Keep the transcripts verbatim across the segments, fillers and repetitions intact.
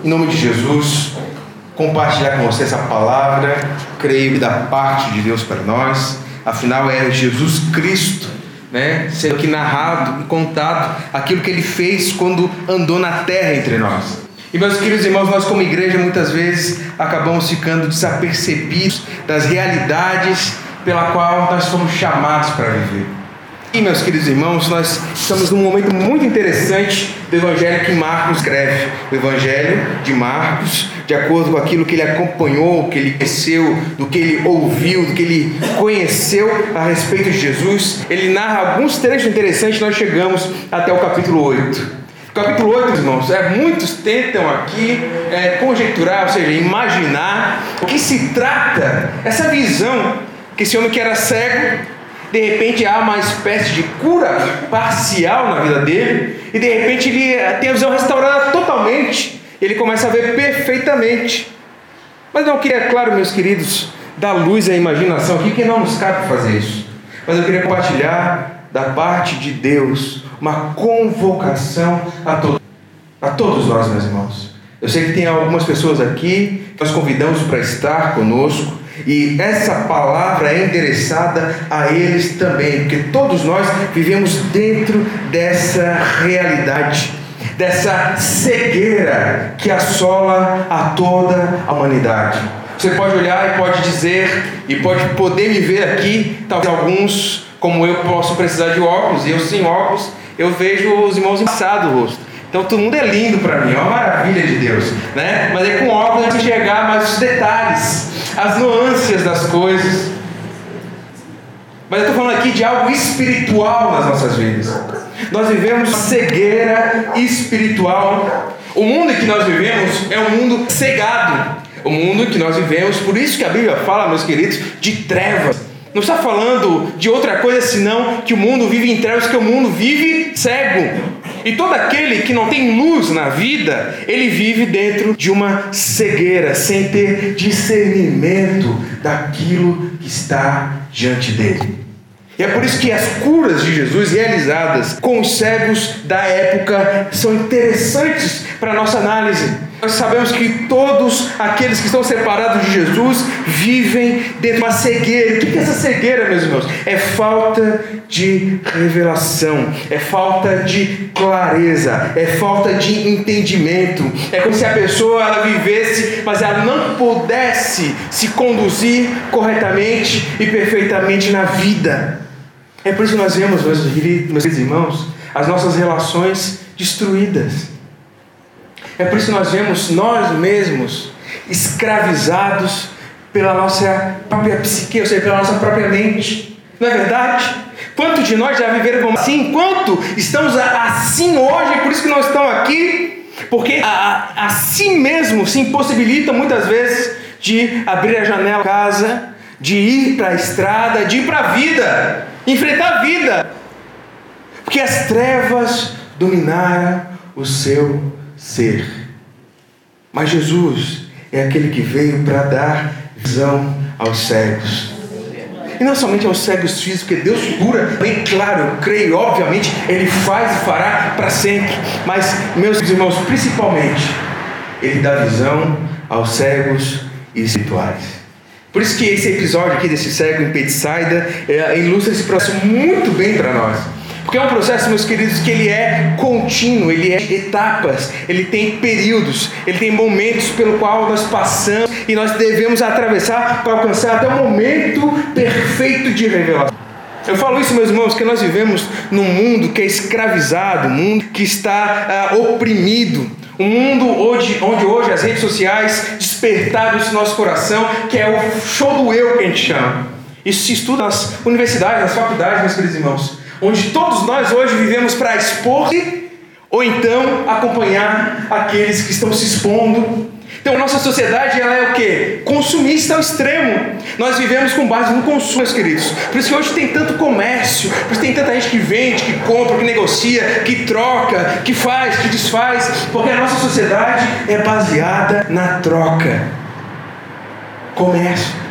em nome de Jesus, compartilhar com você essa palavra, creio da parte de Deus para nós. Afinal é Jesus Cristo, né, sendo aqui narrado e contado aquilo que Ele fez quando andou na terra entre nós. E meus queridos irmãos, nós como igreja muitas vezes acabamos ficando desapercebidos das realidades pela qual nós fomos chamados para viver. E meus queridos irmãos, nós estamos num momento muito interessante do Evangelho que Marcos escreve. O Evangelho de Marcos, de acordo com aquilo que ele acompanhou, que ele conheceu, do que ele ouviu, do que ele conheceu a respeito de Jesus, ele narra alguns trechos interessantes. Nós chegamos até o capítulo oito. Capítulo oito, irmãos, é, muitos tentam aqui é, conjecturar, ou seja, imaginar o que se trata, essa visão que esse homem que era cego, de repente há uma espécie de cura parcial na vida dele, e de repente ele tem a visão restaurada totalmente, ele começa a ver perfeitamente. Mas não queria, claro, meus queridos, dar luz à imaginação aqui, que não nos cabe fazer isso. Mas eu queria compartilhar da parte de Deus uma convocação a todos, a todos nós, meus irmãos. Eu sei que tem algumas pessoas aqui que nós convidamos para estar conosco, e essa palavra é endereçada a eles também, porque todos nós vivemos dentro dessa realidade, dessa cegueira que assola a toda a humanidade. Você pode olhar e pode dizer, e pode poder me ver aqui, talvez alguns, como eu, posso precisar de óculos, e eu sem óculos, eu vejo os irmãos embaçados o rosto. Então todo mundo é lindo para mim, é uma maravilha de Deus, né? Mas é com óculos a gente enxergar mais os detalhes, as nuances das coisas. Mas eu estou falando aqui de algo espiritual nas nossas vidas. Nós vivemos cegueira espiritual. O mundo em que nós vivemos é um mundo cegado. O mundo em que nós vivemos, por isso que a Bíblia fala, meus queridos, de trevas. Não está falando de outra coisa senão que o mundo vive em trevas, que o mundo vive cego. E todo aquele que não tem luz na vida, ele vive dentro de uma cegueira, sem ter discernimento daquilo que está diante dele. E é por isso que as curas de Jesus realizadas com os cegos da época são interessantes para a nossa análise. Nós sabemos que todos aqueles que estão separados de Jesus vivem dentro de uma cegueira. O que é essa cegueira, meus irmãos? É falta de revelação, é falta de clareza, é falta de entendimento. É como se a pessoa ela vivesse, mas ela não pudesse se conduzir corretamente e perfeitamente na vida. É por isso que nós vemos, meus queridos irmãos, as nossas relações destruídas. É por isso que nós vemos nós mesmos escravizados pela nossa própria psique, ou seja, pela nossa própria mente. Não é verdade? Quantos de nós já viveram assim? Quanto estamos assim hoje? Por isso que nós estamos aqui. Porque a, a, a si mesmo se impossibilita muitas vezes de abrir a janela da casa, de ir para a estrada, de ir para a vida, enfrentar a vida. Porque as trevas dominaram o seu ser. Mas Jesus é aquele que veio para dar visão aos cegos. E não somente aos cegos físicos, porque Deus cura, bem claro, eu creio, obviamente, Ele faz e fará para sempre. Mas, meus irmãos, principalmente, Ele dá visão aos cegos espirituais. Por isso que esse episódio aqui desse cego em Betsaida é, ilustra esse processo muito bem para nós. Porque é um processo, meus queridos, que ele é contínuo, ele é etapas, ele tem períodos, ele tem momentos pelo qual nós passamos e nós devemos atravessar para alcançar até o momento perfeito de revelação. Eu falo isso, meus irmãos, que nós vivemos num mundo que é escravizado, um mundo que está uh, oprimido, um mundo onde, onde hoje as redes sociais despertaram isso no nosso coração, que é o show do eu que a gente chama. Isso se estuda nas universidades, nas faculdades, meus queridos irmãos, onde todos nós hoje vivemos para expor-se ou então acompanhar aqueles que estão se expondo. Então, nossa sociedade ela é o quê? Consumista ao extremo. Nós vivemos com base no consumo, meus queridos. Por isso que hoje tem tanto comércio, por isso tem tanta gente que vende, que compra, que negocia, que troca, que faz, que desfaz, porque a nossa sociedade é baseada na troca. Comércio.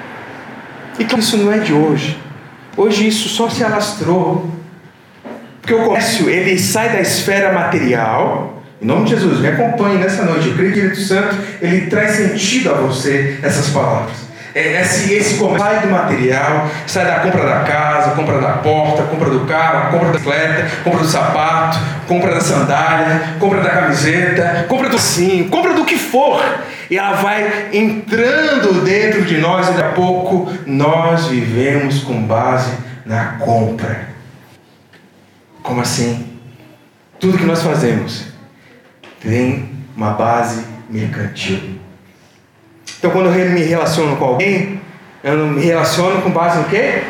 E claro, isso não é de hoje. Hoje isso só se alastrou. Porque o comércio, ele sai da esfera material, Em nome de Jesus, me acompanhe nessa noite. Eu creio que o Espírito Santo, ele traz sentido a você essas palavras. Esse, esse sai do material, sai da compra da casa, compra da porta, compra do carro, compra da bicicleta, compra do sapato, compra da sandália, compra da camiseta, compra do sim, compra do que for. E ela vai entrando dentro de nós e daqui a pouco nós vivemos com base na compra. Como assim? Tudo que nós fazemos tem uma base mercantil. Então, quando eu me relaciono com alguém, eu não me relaciono com base no quê?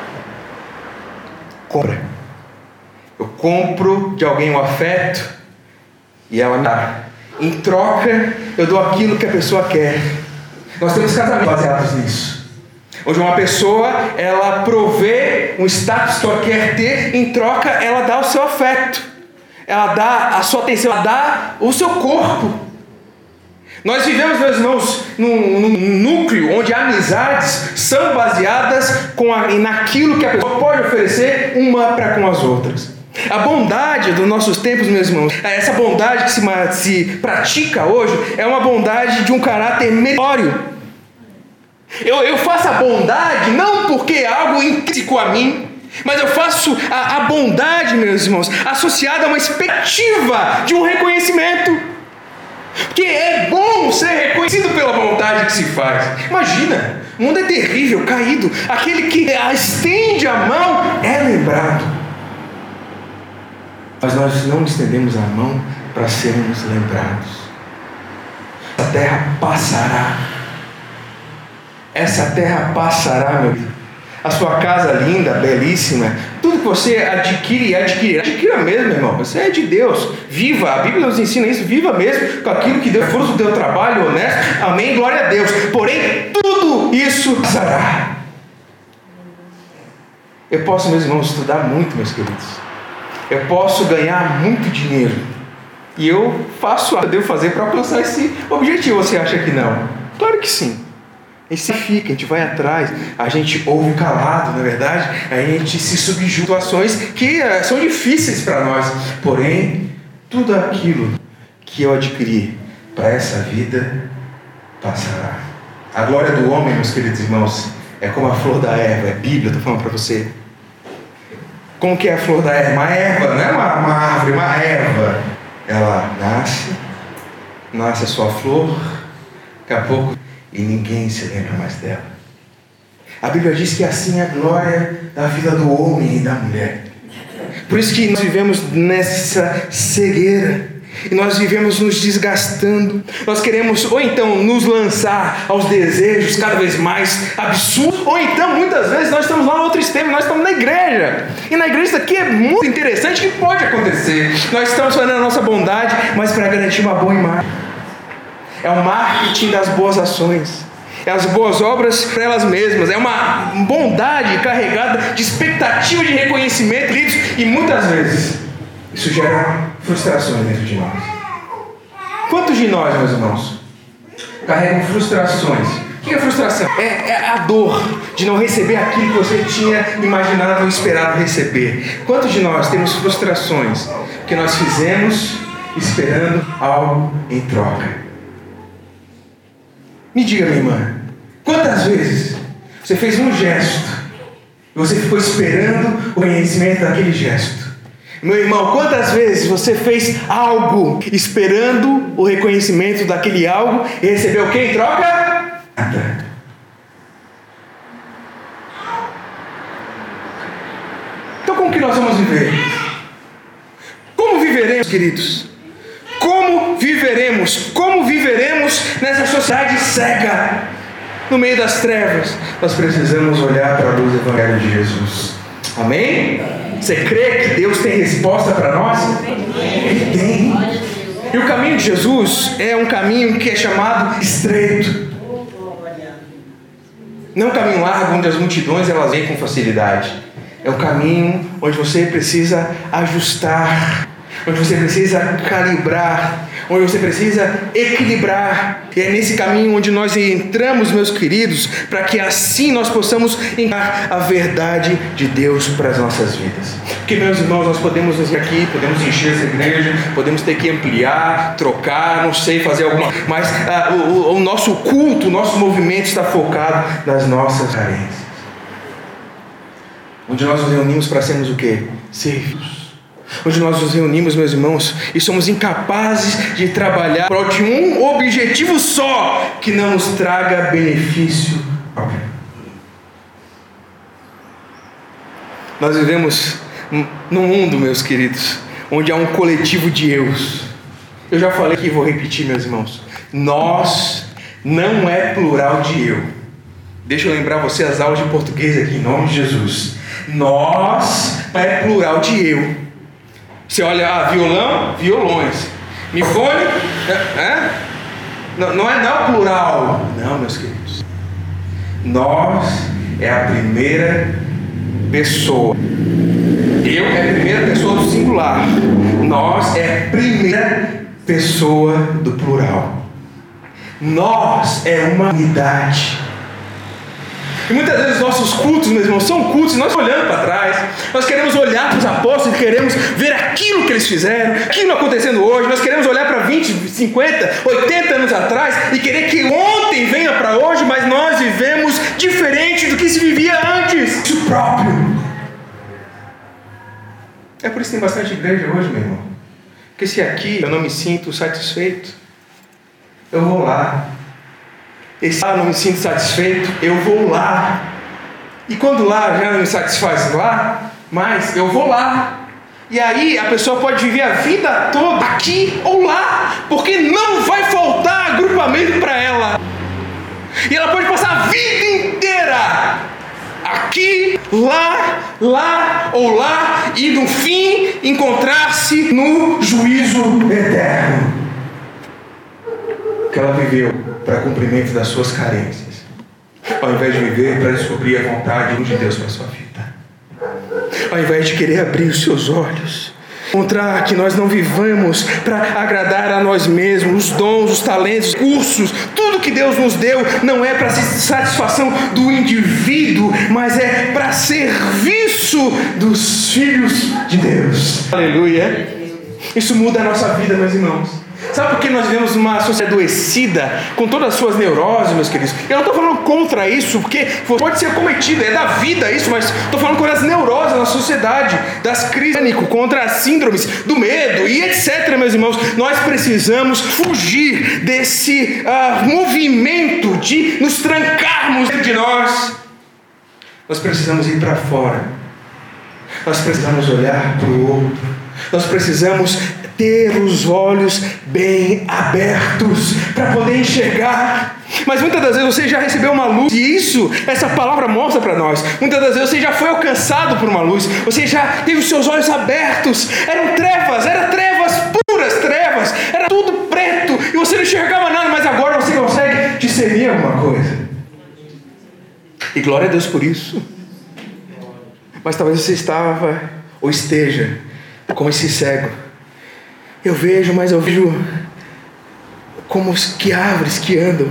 Compra. Eu compro de alguém o afeto e ela me dá. Em troca, eu dou aquilo que a pessoa quer. Nós temos casamentos baseados nisso. Onde uma pessoa, ela provê um status que ela quer ter, em troca, ela dá o seu afeto. Ela dá a sua atenção, ela dá o seu corpo. Nós vivemos, meus irmãos, num, num núcleo onde amizades são baseadas com a, naquilo que a pessoa pode oferecer uma para com as outras. A bondade dos nossos tempos, meus irmãos, essa bondade que se, se pratica hoje, é uma bondade de um caráter meritório. Eu, eu faço a bondade não porque é algo intrínseco a mim, mas eu faço a, a bondade, meus irmãos, associada a uma expectativa de um reconhecimento. Porque é bom ser reconhecido pela bondade que se faz. Imagina, o mundo é terrível, caído. Aquele que estende a mão é lembrado. Mas nós não estendemos a mão para sermos lembrados. Essa terra passará. Essa terra passará, meu Deus. A sua casa linda, belíssima, tudo que você adquire, adquire, adquira mesmo, irmão. Você é de Deus, viva, a Bíblia nos ensina isso, viva mesmo com aquilo que Deus fruto do teu trabalho honesto, amém, glória a Deus. Porém, tudo isso passará. Eu posso, meus irmãos, estudar muito, meus queridos. Eu posso ganhar muito dinheiro. E eu faço, eu devo fazer para alcançar esse objetivo. Você acha que não? Claro que sim. A gente fica, a gente vai atrás, a gente ouve calado, na é verdade, a gente se subjuga a situações que uh, são difíceis para nós. Porém, tudo aquilo que eu adquiri para essa vida passará. A glória do homem, meus queridos irmãos, é como a flor da erva. É Bíblia, estou falando para você. Como que é a flor da erva? Uma erva, não é uma, uma árvore, uma erva. Ela nasce, nasce a sua flor, daqui a pouco e ninguém se lembra mais dela. A Bíblia diz que assim é a glória da vida do homem e da mulher. Por isso que nós vivemos nessa cegueira. E nós vivemos nos desgastando. Nós queremos ou então nos lançar aos desejos cada vez mais absurdos, ou então muitas vezes nós estamos lá no outro extremo, nós estamos na igreja. E na igreja isso aqui é muito interessante, que pode acontecer. Nós estamos fazendo a nossa bondade, mas para garantir uma boa imagem. É o marketing das boas ações. É as boas obras para elas mesmas. É uma bondade carregada de expectativa de reconhecimento. E muitas vezes isso gera frustrações dentro de nós. Quantos de nós, meus irmãos, carregam frustrações? O que é frustração? É, é a dor de não receber aquilo que você tinha imaginado ou esperado receber. Quantos de nós temos frustrações que nós fizemos esperando algo em troca? Me diga, minha irmã, quantas vezes você fez um gesto e você ficou esperando o reconhecimento daquele gesto? Meu irmão, quantas vezes você fez algo esperando o reconhecimento daquele algo e recebeu o que em troca? Nada. Então como que nós vamos viver? Como viveremos, queridos? Como viveremos? Como viveremos nessa sociedade cega? No meio das trevas, nós precisamos olhar para a luz do Evangelho de Jesus. Amém? Você crê que Deus tem resposta para nós? Ele tem. E o caminho de Jesus é um caminho que é chamado estreito. Não é um caminho largo onde as multidões elas vêm com facilidade. É um caminho onde você precisa ajustar, onde você precisa calibrar, onde você precisa equilibrar. E é nesse caminho onde nós entramos, meus queridos, para que assim nós possamos encontrar a verdade de Deus para as nossas vidas. Porque, meus irmãos, nós podemos vir aqui, podemos encher essa igreja, podemos ter que ampliar, trocar, não sei, fazer alguma coisa, mas ah, o, o nosso culto, o nosso movimento está focado nas nossas carências. Onde nós nos reunimos para sermos o quê? Servidos. Onde nós nos reunimos, meus irmãos, e somos incapazes de trabalhar por de um objetivo só, que não nos traga benefício próprio. Nós vivemos num mundo, meus queridos, onde há um coletivo de eus. Eu já falei aqui e vou repetir, meus irmãos. Nós não é plural de eu. Deixa eu lembrar você as aulas de português aqui, em nome de Jesus. Nós é plural de eu. Você olha, ah, violão, violões. Microfone, é, é? Não, não é não plural. Não, meus queridos. Nós é a primeira pessoa. Eu é a primeira pessoa do singular. Nós é a primeira pessoa do plural. Nós é uma unidade. E muitas vezes nossos cultos, meus irmãos, são cultos, nós olhando para trás, nós queremos olhar para os apóstolos e queremos ver aquilo que eles fizeram, aquilo acontecendo hoje, nós queremos olhar para vinte, cinquenta, oitenta anos atrás e querer que ontem venha para hoje, mas nós vivemos diferente do que se vivia antes. Isso próprio. É por isso que tem bastante igreja hoje, meu irmão. Porque se aqui eu não me sinto satisfeito, eu vou lá. E se lá não me sinto satisfeito, eu vou lá. E quando lá já não me satisfaz lá, mas eu vou lá. E aí a pessoa pode viver a vida toda aqui ou lá, porque não vai faltar agrupamento para ela. E ela pode passar a vida inteira aqui, lá, lá ou lá, e no fim encontrar-se no juízo eterno que ela viveu para cumprimento das suas carências, ao invés de viver para descobrir a vontade de Deus para a sua vida. Ao invés de querer abrir os seus olhos, encontrar que nós não vivamos para agradar a nós mesmos, os dons, os talentos, os cursos, tudo que Deus nos deu não é para satisfação do indivíduo, mas é para serviço dos filhos de Deus. Aleluia! Isso muda a nossa vida, meus irmãos. Sabe por que nós vivemos numa sociedade adoecida, com todas as suas neuroses, meus queridos? Eu não estou falando contra isso, porque pode ser cometido, é da vida isso, mas estou falando contra as neuroses na sociedade, das crises, contra as síndromes do medo e etcétera, meus irmãos. Nós precisamos fugir desse uh, movimento de nos trancarmos dentro de nós. Nós precisamos ir para fora. Nós precisamos olhar para o outro. Nós precisamos ter os olhos bem abertos para poder enxergar. Mas muitas das vezes você já recebeu uma luz, e isso, essa palavra mostra para nós. Muitas das vezes você já foi alcançado por uma luz, você já teve os seus olhos abertos. Eram trevas, eram trevas puras, trevas, era tudo preto, e você não enxergava nada, mas agora você consegue discernir alguma coisa. E glória a Deus por isso. Mas talvez você estava, ou esteja, como esse cego. Eu vejo, mas eu vejo como que árvores que andam.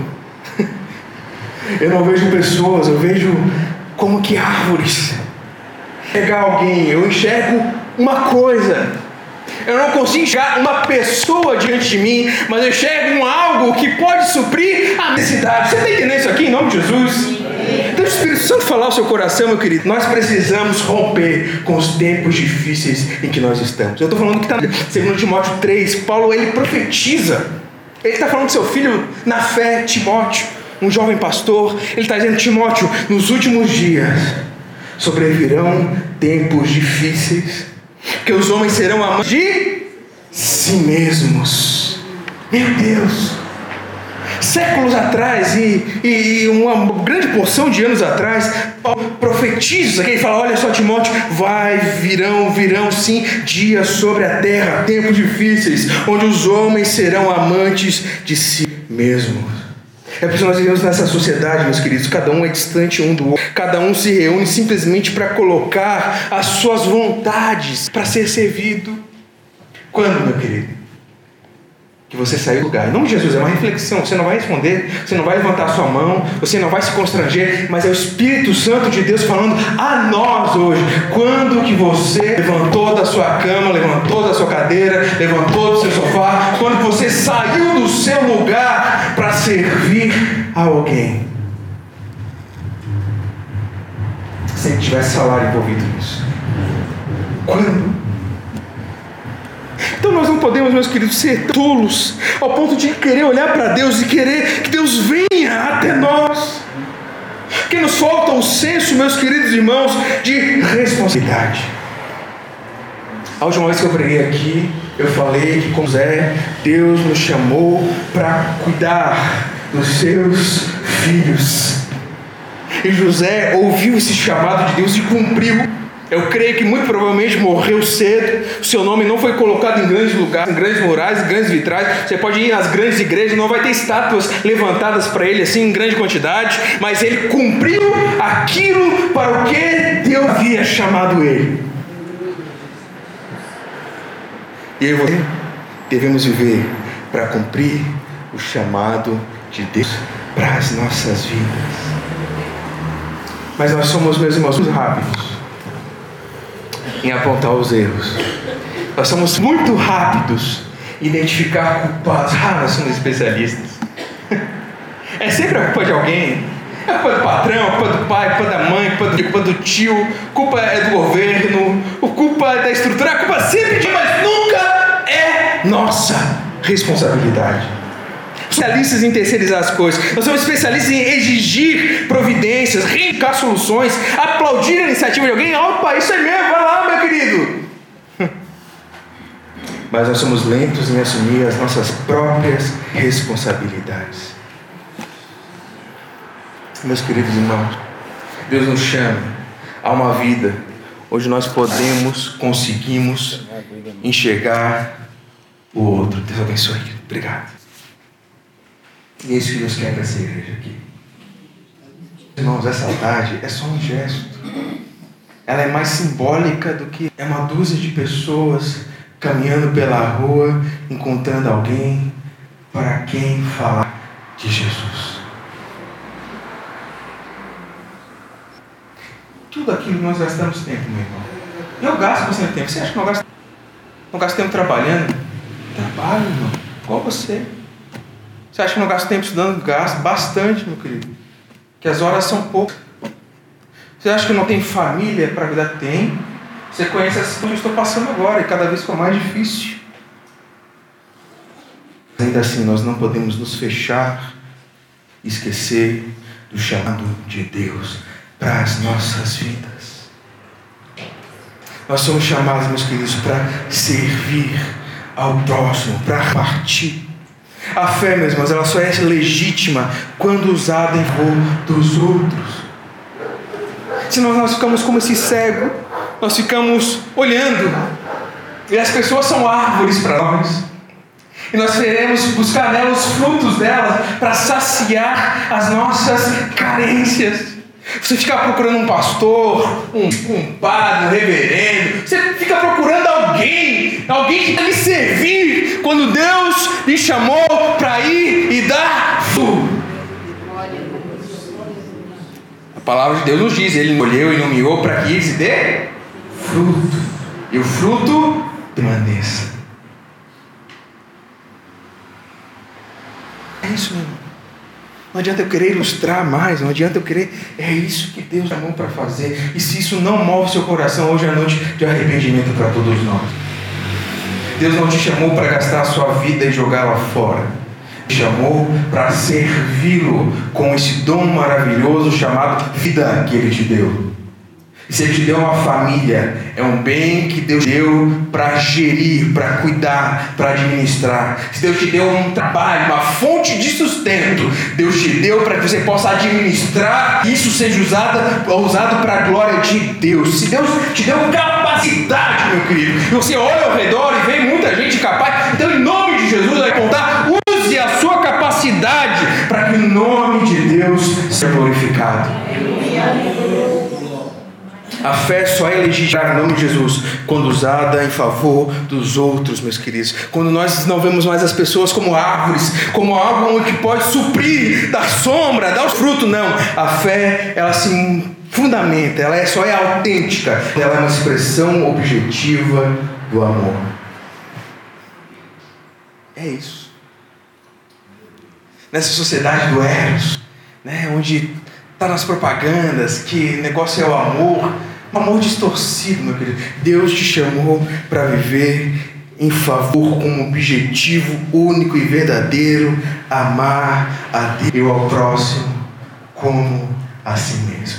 Eu não vejo pessoas, eu vejo como que árvores. Pegar alguém, eu enxergo uma coisa. Eu não consigo enxergar uma pessoa diante de mim, mas eu enxergo um algo que pode suprir a necessidade. Você está entendendo isso aqui em nome de Jesus? Deixa o Espírito Santo falar o seu coração, meu querido. Nós precisamos romper com os tempos difíceis em que nós estamos. Eu estou falando que está em segundo Timóteo três. Paulo, ele profetiza. Ele está falando do seu filho na fé, Timóteo, um jovem pastor. Ele está dizendo: Timóteo, nos últimos dias sobrevirão tempos difíceis, que os homens serão amantes de si mesmos. Meu Deus! Séculos atrás e, e uma grande porção de anos atrás, Paulo profetiza, que ele fala: olha só, Timóteo, vai, virão, virão sim dias sobre a terra, tempos difíceis, onde os homens serão amantes de si mesmos. É por isso que nós vivemos nessa sociedade, meus queridos, cada um é distante um do outro, cada um se reúne simplesmente para colocar as suas vontades para ser servido. Quando, meu querido? que você saiu do lugar. Em nome de Jesus, é uma reflexão. Você não vai responder, você não vai levantar a sua mão, você não vai se constranger, mas é o Espírito Santo de Deus falando a nós hoje. Quando que você levantou da sua cama, levantou da sua cadeira, levantou do seu sofá, quando você saiu do seu lugar para servir a alguém, sem que tivesse salário envolvido nisso. Quando? Então nós não podemos, meus queridos, ser tolos ao ponto de querer olhar para Deus e querer que Deus venha até nós. Que nos falta o senso, meus queridos irmãos, de responsabilidade. A última vez que eu preguei aqui, eu falei que com José, Deus nos chamou para cuidar dos seus filhos. E José ouviu esse chamado de Deus e cumpriu. Eu creio que muito provavelmente morreu cedo. O seu nome não foi colocado em grandes lugares, em grandes murais, em grandes vitrais. Você pode ir nas grandes igrejas, não vai ter estátuas levantadas para ele assim em grande quantidade, mas ele cumpriu aquilo para o que Deus havia chamado ele. E eu e você devemos viver para cumprir o chamado de Deus para as nossas vidas. Mas nós somos, meus irmãos, muito rápidos em apontar os erros. Nós somos muito rápidos em identificar culpados. Ah, nós somos especialistas. É sempre a culpa de alguém. É a culpa do patrão, a culpa do pai, a culpa da mãe, a culpa do, a culpa do tio, a culpa é do governo, a culpa é da estrutura, a culpa sempre de, mas nunca é nossa responsabilidade. Especialistas em terceirizar as coisas. Nós somos especialistas em exigir providências, reivindicar soluções, aplaudir a iniciativa de alguém. Opa, isso é mesmo, vai lá, meu querido. Mas nós somos lentos em assumir as nossas próprias responsabilidades. Meus queridos irmãos, Deus nos chama a uma vida onde nós podemos, conseguimos enxergar o outro. Deus abençoe. Obrigado. E é isso que Deus quer dessa igreja aqui. Irmãos, essa saudade é só um gesto. Ela é mais simbólica do que é uma dúzia de pessoas caminhando pela rua, encontrando alguém para quem falar de Jesus. Tudo aquilo nós gastamos tempo, meu irmão. Eu gasto bastante tempo. Você acha que não gasto, não gasto tempo trabalhando? Trabalho, irmão. Igual você. Você acha que não gasto tempo estudando? Gasto bastante, meu querido. Que as horas são poucas. Você acha que não tem família para cuidar? Tem. Você conhece a situação que eu estou passando agora e cada vez ficou mais difícil. Ainda assim, nós não podemos nos fechar e esquecer do chamado de Deus para as nossas vidas. Nós somos chamados, meus queridos, para servir ao próximo, para partir. A fé, meus irmãos, ela só é legítima quando usada em favor dos outros. Senão nós ficamos como esse cego, nós ficamos olhando, e as pessoas são árvores para nós, e nós queremos buscar nelas os frutos delas para saciar as nossas carências. Você fica procurando um pastor, um, um padre, um reverendo. Você fica procurando alguém, alguém que vai lhe servir quando Deus lhe chamou para ir e dar fruto. A palavra de Deus nos diz: Ele escolheu e nomeou para que se dê fruto, e o fruto permaneça. É isso, meu irmão. Não adianta eu querer ilustrar mais, não adianta eu querer, é isso que Deus chamou para fazer. E se isso não move seu coração hoje à noite, de arrependimento para todos nós. Deus não te chamou para gastar a sua vida e jogá-la fora. Te chamou para servi-lo com esse dom maravilhoso chamado vida que Ele te deu. E se Ele te deu uma família, é um bem que Deus deu para gerir, para cuidar, para administrar. Se Deus te deu um trabalho, uma fonte de sustento, Deus te deu para que você possa administrar e isso seja usado, usado para a glória de Deus. Se Deus te deu capacidade, meu querido, e você olha ao redor e vê muita gente capaz, então em nome de Jesus vai contar, use a sua capacidade para que o nome de Deus seja glorificado. A fé só é legítima no nome de Jesus quando usada em favor dos outros, meus queridos. Quando nós não vemos mais as pessoas como árvores, como algo que pode suprir, dar sombra, dar os frutos, não. A fé, ela se fundamenta, ela é, só é autêntica, ela é uma expressão objetiva do amor. É isso. Nessa sociedade do Eros, né, onde está nas propagandas que o negócio é o amor, um amor distorcido, meu querido. Deus te chamou para viver em favor com um objetivo único e verdadeiro: amar a Deus e ao próximo como a si mesmo.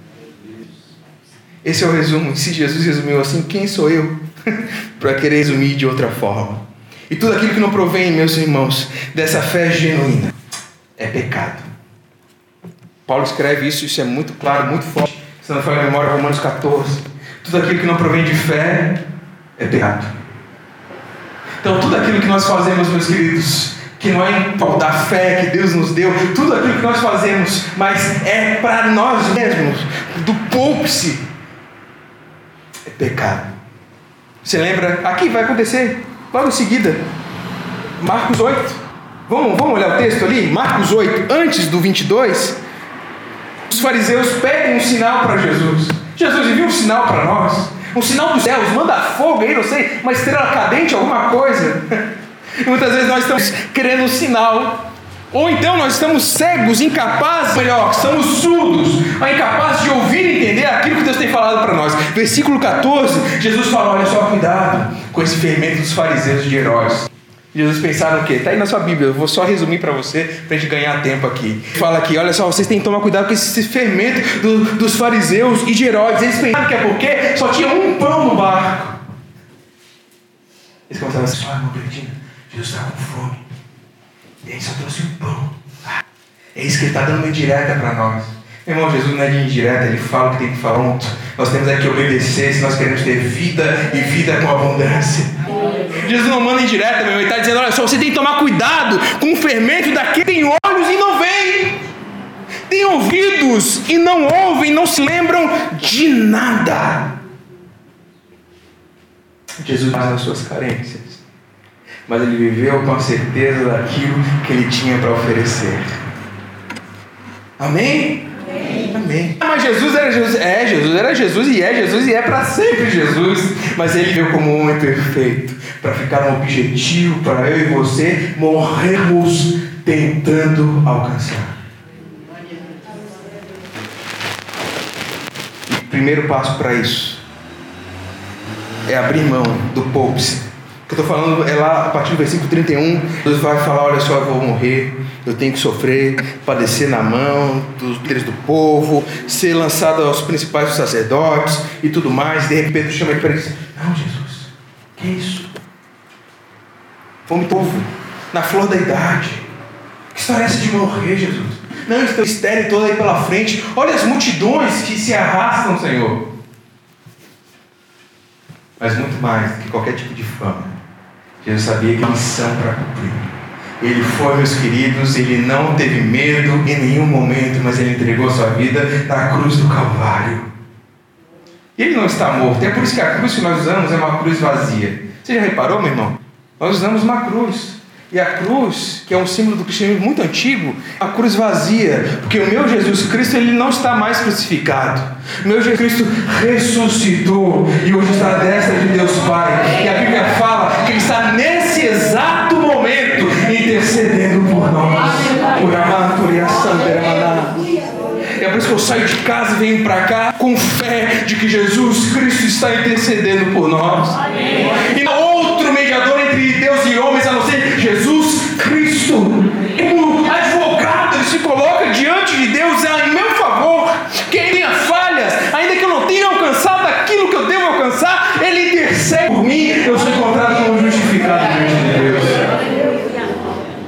Esse é o resumo. Se Jesus resumiu assim, quem sou eu para querer resumir de outra forma? E tudo aquilo que não provém, meus irmãos, dessa fé genuína é pecado. Paulo escreve isso, isso é muito claro, muito forte. Se não for a memória, Romanos catorze. Tudo aquilo que não provém de fé é pecado. Então tudo aquilo que nós fazemos, meus queridos, que não é em prol da fé que Deus nos deu, tudo aquilo que nós fazemos, mas é para nós mesmos, do poupe-se, é pecado. Você lembra? Aqui vai acontecer logo em seguida, Marcos oito. Vamos, vamos olhar o texto ali? Marcos oito, antes do vinte e dois. Os fariseus pedem um sinal para Jesus. Jesus envia um sinal para nós, um sinal dos céus, manda fogo aí, não sei, uma estrela cadente, alguma coisa. E muitas vezes nós estamos querendo um sinal, ou então nós estamos cegos, incapazes, melhor, estamos surdos, incapazes de ouvir e entender aquilo que Deus tem falado para nós. Versículo catorze, Jesus fala: olha só, cuidado com esse fermento dos fariseus de Herodes. Jesus pensaram o quê? Está aí na sua Bíblia, eu vou só resumir para você, para a gente ganhar tempo aqui. Fala aqui, olha só, vocês têm que tomar cuidado com esse fermento do, dos fariseus e de Herodes. Eles pensaram que é porque só tinha um pão no barco. Eles começaram assim: olha, meu Bertina, Jesus está com fome, e aí só trouxe um pão. É isso que ele está dando uma indireta para nós. Meu irmão, Jesus não é de indireta, ele fala o que tem que falar. Pronto. Nós temos aqui que obedecer se nós queremos ter vida e vida com abundância. Jesus não manda indireta, meu irmão. Ele está dizendo: olha só, você tem que tomar cuidado com o fermento daquele que tem olhos e não veem, tem ouvidos e não ouvem, não se lembram de nada. Jesus faz as suas carências, mas ele viveu com a certeza daquilo que ele tinha para oferecer. Amém? Amém. Amém. Mas Jesus era Jesus, é, Jesus era Jesus e é Jesus e é para sempre Jesus. Mas ele veio como homem perfeito, para ficar um objetivo para eu e você morrermos tentando alcançar. O primeiro passo para isso é abrir mão do poupe-se. O que eu estou falando é lá a partir do versículo trinta e um. Deus vai falar: olha só, eu vou morrer, eu tenho que sofrer, padecer na mão dos líderes do povo, ser lançado aos principais dos sacerdotes e tudo mais. De repente chama ele para ele e diz: não, Jesus, que isso? Fome povo, na flor da idade, que história é essa de morrer, Jesus? Não, estou estéril todo aí pela frente, olha as multidões que se arrastam, Senhor. Mas muito mais do que qualquer tipo de fama, Jesus sabia que a missão para cumprir. Ele foi, meus queridos, ele não teve medo em nenhum momento, mas ele entregou sua vida na cruz do Calvário. E ele não está morto. É por isso que a cruz que nós usamos é uma cruz vazia. Você já reparou, meu irmão? Nós usamos uma cruz. E a cruz, que é um símbolo do cristianismo muito antigo, a cruz vazia, porque o meu Jesus Cristo, ele não está mais crucificado. O meu Jesus Cristo ressuscitou e hoje está à destra de Deus Pai. E a Bíblia fala que ele está nesse exato momento intercedendo por nós. Por amar, por É por isso que eu saio de casa e venho para cá com fé de que Jesus Cristo está intercedendo por nós. Amém. E não há outro mediador entre Deus e homens a não ser Jesus Cristo. Como advogado, ele se coloca diante de Deus em meu favor, que ele tenha falhas, ainda que eu não tenha alcançado aquilo que eu devo alcançar, ele intercede por mim. Eu sou encontrado como justificado diante de Deus. Mas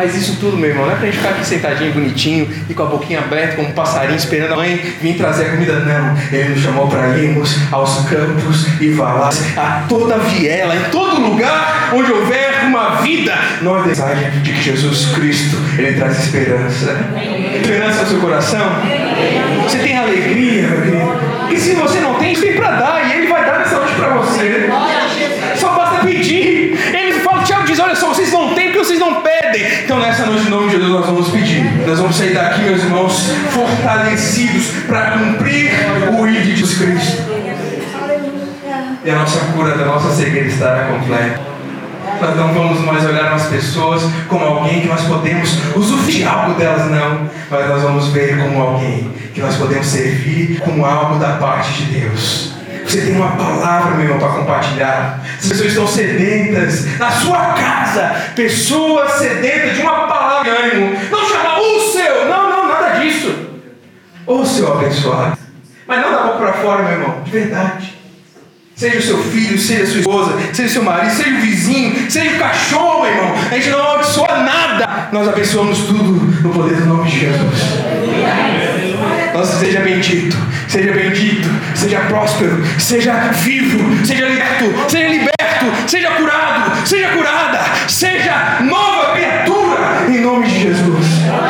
Mas isso tudo, meu irmão, não é pra gente ficar aqui sentadinho, bonitinho e com a boquinha aberta, como um passarinho, esperando a mãe vir trazer a comida. Não, Ele nos chamou para irmos aos campos e valares, a toda viela, em todo lugar onde houver uma vida. Nós desejamos de que Jesus Cristo, Ele traz esperança. Esperança no seu coração? Você tem alegria, meu querido? E se você não tem, tem para dar, e Ele vai dar nessa noite para você. Só basta pedir. Ele fala, Tiago diz, olha só, vocês não têm porque vocês não pedem. Então nessa noite, em nome de Jesus, nós vamos pedir. Nós vamos sair daqui, meus irmãos, fortalecidos para cumprir o I D de Jesus Cristo. E a nossa cura da nossa cegueira estará completa. Nós não vamos mais olhar as pessoas como alguém que nós podemos usufruir de algo delas, não. Mas nós vamos ver como alguém que nós podemos servir como algo da parte de Deus. Você tem uma palavra, meu irmão, para compartilhar. As pessoas estão sedentas na sua casa. Pessoas sedentas de uma palavra de ânimo. Não chama o seu. Não, não, nada disso. O seu abençoado. Mas não da boca para fora, meu irmão. De verdade. Seja o seu filho, seja a sua esposa, seja o seu marido, seja o vizinho, seja o cachorro, meu irmão. A gente não abençoa nada. Nós abençoamos tudo no poder do nome de Jesus. Nossa, seja bendito, seja bendito, seja próspero, seja vivo, seja liberto, seja liberto, seja curado, seja curada, seja nova criatura, em nome de Jesus.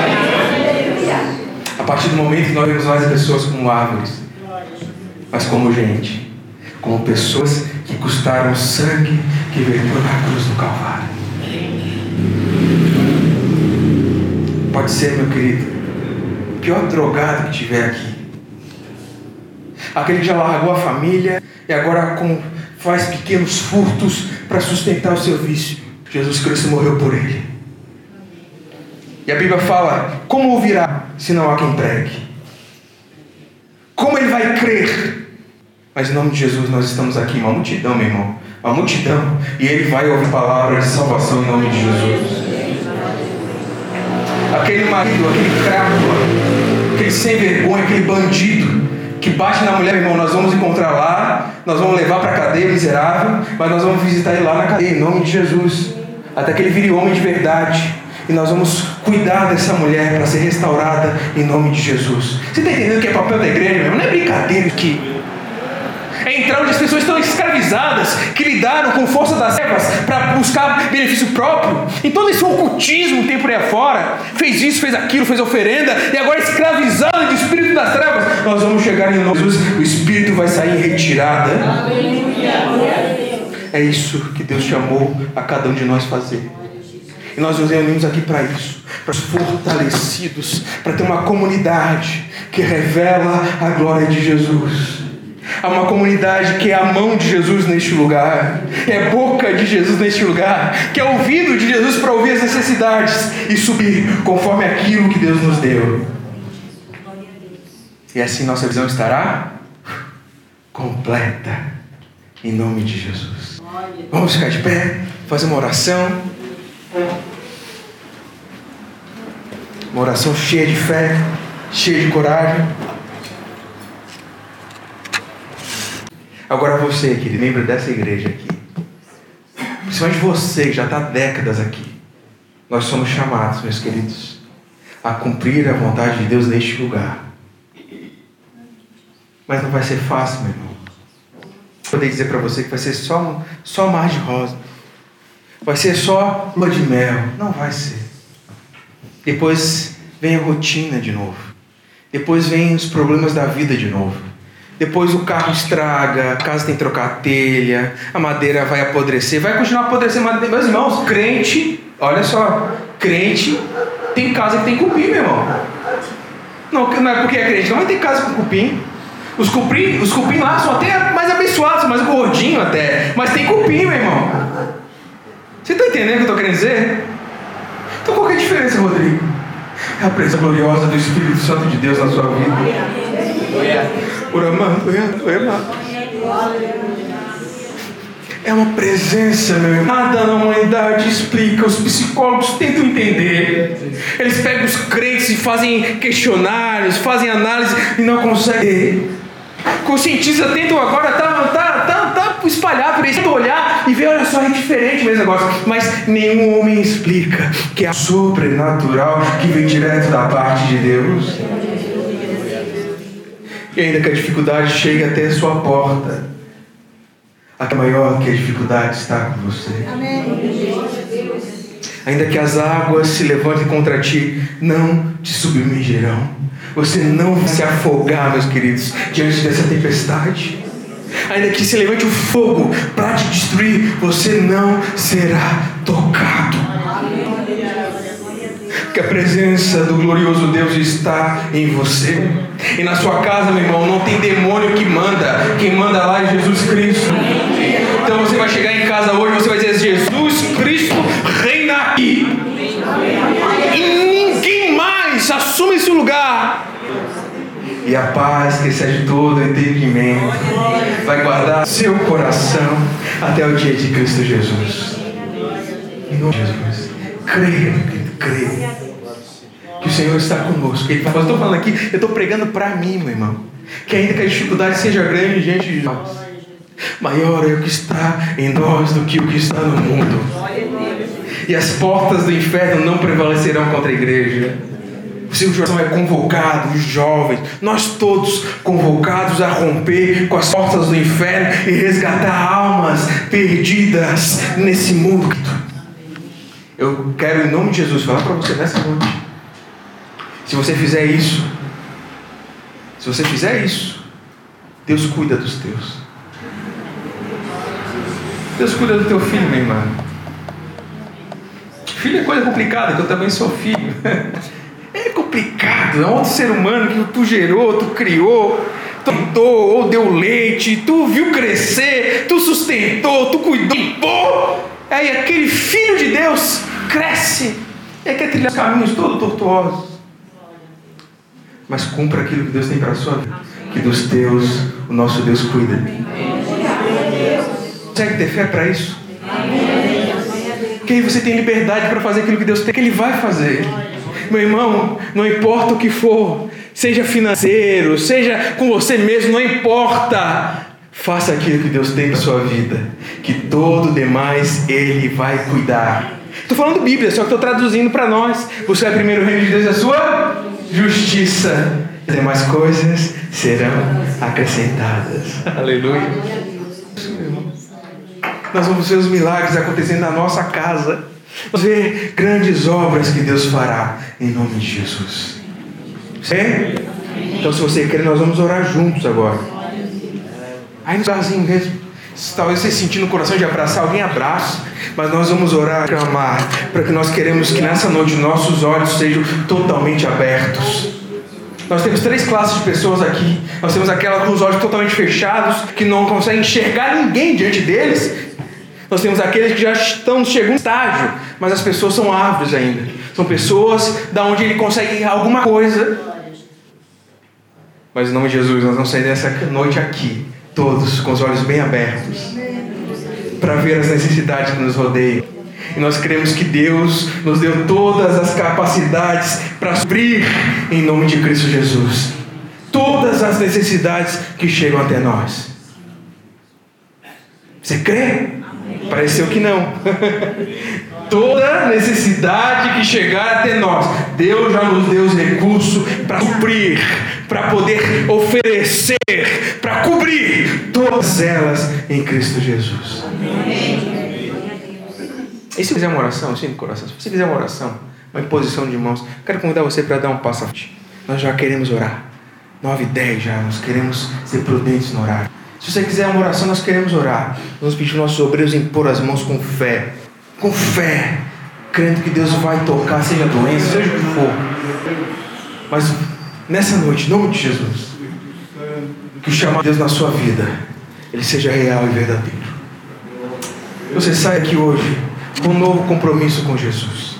A partir do momento que nós vemos mais pessoas como árvores, mas como gente. Como pessoas que custaram sangue que verteu na cruz do Calvário. Pode ser, meu querido, o pior drogado que tiver aqui. Aquele que já largou a família e agora com, faz pequenos furtos para sustentar o seu vício. Jesus Cristo morreu por ele. E a Bíblia fala, como ouvirá se não há quem pregue? Como ele vai crer? Mas em nome de Jesus nós estamos aqui, uma multidão, meu irmão, uma multidão, e ele vai ouvir palavras de salvação em nome de Jesus. Aquele marido, aquele crápula, aquele sem vergonha, aquele bandido que bate na mulher, meu irmão, nós vamos encontrar lá, nós vamos levar para a cadeia miserável, mas nós vamos visitar ele lá na cadeia em nome de Jesus, até que ele vire homem de verdade. E nós vamos cuidar dessa mulher para ser restaurada em nome de Jesus. Você está entendendo o que é papel da igreja, meu irmão? Não é brincadeira aqui. É entrar onde as pessoas estão escravizadas, que lidaram com força das trevas para buscar benefício próprio. Então esse ocultismo um tempo por aí afora, fez isso, fez aquilo, fez oferenda, e agora escravizado de espírito das trevas, nós vamos chegar em nome de Jesus, o espírito vai sair em retirada. É isso que Deus chamou a cada um de nós fazer. E nós nos reunimos aqui para isso, para os fortalecidos, para ter uma comunidade que revela a glória de Jesus. Há uma comunidade que é a mão de Jesus neste lugar, é boca de Jesus neste lugar, que é ouvido de Jesus para ouvir as necessidades e subir conforme aquilo que Deus nos deu. E assim nossa visão estará completa, em nome de Jesus. Vamos ficar de pé, fazer uma oração, uma oração cheia de fé, cheia de coragem. Agora você, querido, membro dessa igreja aqui, principalmente você que já está há décadas aqui, nós somos chamados, meus queridos, a cumprir a vontade de Deus neste lugar. Mas não vai ser fácil, meu irmão. Vou poder dizer para você que vai ser só, só mar de rosa, vai ser só lua de mel. Não vai ser. Depois vem a rotina de novo. Depois vem os problemas da vida de novo. Depois o carro estraga, a casa tem que trocar a telha, a madeira vai apodrecer, vai continuar apodrecendo. Meus irmãos, crente, olha só, crente tem casa que tem cupim, meu irmão. Não, não é porque é crente, não, mas tem casa com cupim. Os cupim, os cupim lá são até mais abençoados, mais gordinhos até, mas tem cupim, meu irmão. Você está entendendo o que eu estou querendo dizer? Então qual que é a diferença, Rodrigo? É a presença gloriosa do Espírito Santo de Deus na sua vida. É uma presença, meu irmão. Nada na humanidade explica. Os psicólogos tentam entender. Eles pegam os crentes e fazem questionários, fazem análise e não conseguem. Os cientistas tentam agora, tá, tá, tá, tá espalhar por isso, olhar e ver, olha só, é diferente o mesmo negócio. Mas nenhum homem explica que é sobrenatural que vem direto da parte de Deus. E ainda que a dificuldade chegue até a sua porta, a maior que a dificuldade está com você. Ainda que as águas se levantem contra ti, não te submergirão. Você não vai se afogar, meus queridos, diante dessa tempestade. Ainda que se levante o fogo para te destruir, você não será tocado. Porque a presença do glorioso Deus está em você. E na sua casa, meu irmão, não tem demônio que manda. Quem manda lá é Jesus Cristo. Então você vai chegar em casa hoje, você vai dizer: Jesus Cristo reina aqui. E ninguém mais assume esse lugar. E a paz que excede todo entendimento vai guardar seu coração até o dia de Cristo Jesus. Em nome de Jesus. Creia, meu querido, creia que o Senhor está conosco. Ele fala, eu estou falando aqui, eu estou pregando para mim, meu irmão, que ainda que a dificuldade seja grande diante de nós, maior é o que está em nós do que o que está no mundo. E as portas do inferno não prevalecerão contra a igreja. O seu coração é convocado, os jovens, nós todos convocados a romper com as portas do inferno e resgatar almas perdidas nesse mundo. Eu quero, em nome de Jesus, falar para você nessa noite: se você fizer isso, se você fizer isso, Deus cuida dos teus. Deus cuida do teu filho, minha irmã. Filho é coisa complicada, que eu também sou filho. É complicado, é um outro ser humano que tu gerou, tu criou, tu cuidou, ou deu leite, tu viu crescer, tu sustentou, tu cuidou, limpou. Aí aquele filho de Deus cresce e quer trilhar os caminhos todos tortuosos. Mas cumpra aquilo que Deus tem para a sua vida, que dos teus o nosso Deus cuida. Consegue ter fé para isso? Porque aí você tem liberdade para fazer aquilo que Deus tem, que Ele vai fazer. Meu irmão, não importa o que for, seja financeiro, seja com você mesmo, não importa. Faça aquilo que Deus tem para a sua vida, que todo demais Ele vai cuidar. Estou falando Bíblia, só que estou traduzindo para nós. Buscar primeiro o reino de Deus e a sua justiça. As demais coisas serão acrescentadas. Aleluia. Nós vamos ver os milagres acontecendo na nossa casa. Vamos ver grandes obras que Deus fará em nome de Jesus. É? Então, se você quer, nós vamos orar juntos agora. Aí no lugarzinho mesmo. Talvez você sentir no coração de abraçar alguém, abraça. Mas nós vamos orar, clamar, para que nós queremos que nessa noite nossos olhos sejam totalmente abertos. Nós temos três classes de pessoas aqui. Nós temos aquela com os olhos totalmente fechados, que não conseguem enxergar ninguém diante deles. Nós temos aqueles que já estão no segundo estágio, mas as pessoas são árvores ainda. São pessoas da onde ele consegue alguma coisa. Mas em nome de Jesus, nós vamos sair dessa noite aqui, todos com os olhos bem abertos, para ver as necessidades que nos rodeiam. E nós cremos que Deus nos deu todas as capacidades para suprir, em nome de Cristo Jesus, todas as necessidades que chegam até nós. Você crê? Pareceu que não. Toda necessidade que chegar até nós, Deus já nos deu os recursos para suprir, para poder oferecer, para cobrir todas elas em Cristo Jesus. Amém. E se quiser uma oração, sim, no coração. Se você quiser uma oração, uma imposição de mãos, quero convidar você para dar um passo à frente. Nós já queremos orar. nove e dez já, nós queremos ser prudentes no horário. Se você quiser uma oração, nós queremos orar. Vamos pedir aos nossos obreiros a impor as mãos com fé. Com fé. Crendo que Deus vai tocar, seja doença, seja o que for. Mas nessa noite, em nome de Jesus, que o chamado de Deus na sua vida, ele seja real e verdadeiro. Você sai aqui hoje com um novo compromisso com Jesus.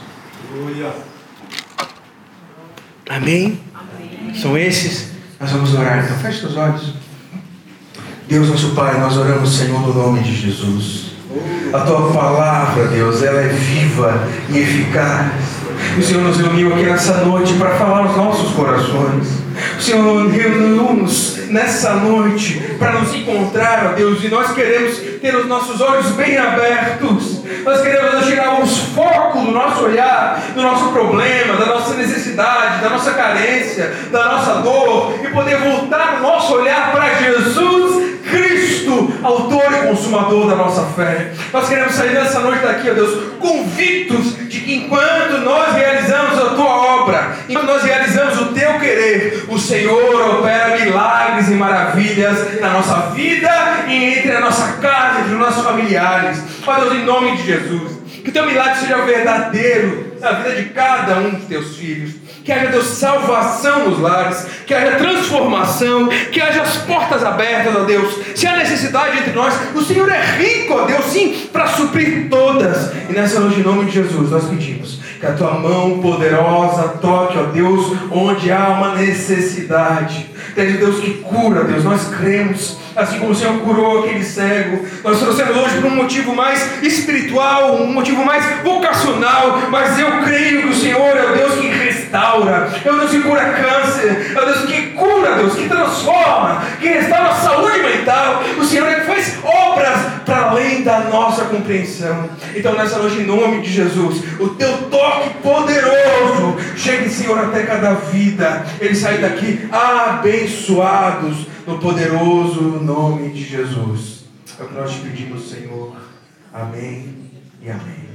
Amém? São esses? Nós vamos orar. Então feche os olhos. Deus nosso Pai, nós oramos, Senhor, no nome de Jesus. A Tua palavra, Deus, ela é viva e eficaz. O Senhor nos reuniu aqui nessa noite para falar aos nossos corações. O Senhor reuniu-nos nessa noite para nos encontrar, ó Deus, e nós queremos ter os nossos olhos bem abertos. Nós queremos tirar os focos do nosso olhar, do nosso problema, da nossa necessidade, da nossa carência, da nossa dor, e poder voltar o nosso olhar para Jesus Cristo, autor e consumador da nossa fé. Nós queremos sair dessa noite daqui, ó Deus, convictos de que enquanto nós realizamos a Tua obra, enquanto nós realizamos o Teu querer, o Senhor opera milagres e maravilhas na nossa vida e entre a nossa casa, entre os nossos familiares. Ó Deus, em nome de Jesus, que o Teu milagre seja verdadeiro na vida de cada um dos Teus filhos. Que haja, Deus, salvação nos lares, que haja transformação, que haja as portas abertas, ó Deus. Se há necessidade entre nós, o Senhor é rico, ó Deus, sim, para suprir todas. E nessa noite, em nome de Jesus, nós pedimos que a Tua mão poderosa toque, ó Deus, onde há uma necessidade. Deus, Deus que cura, Deus, nós cremos, assim como o Senhor curou aquele cego. Nós trouxemos hoje por um motivo mais espiritual, um motivo mais vocacional, mas eu creio que o Senhor é o Deus que restaura, é o Deus que cura câncer, é o Deus que cura, Deus, que transforma, que restaura a saúde mental. O Senhor é que faz obras para além da nossa compreensão. Então nessa noite, em nome de Jesus, o Teu toque poderoso chegue, Senhor, até cada vida, eles saem daqui abençoados no poderoso nome de Jesus. É o que nós te pedimos, Senhor. Amém e amém.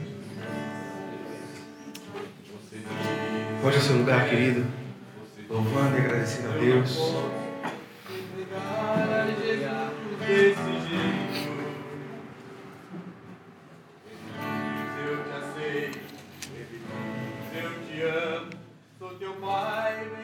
Hoje é seu lugar, querido, louvando e agradecendo a Deus. Eu te amo, sou teu pai.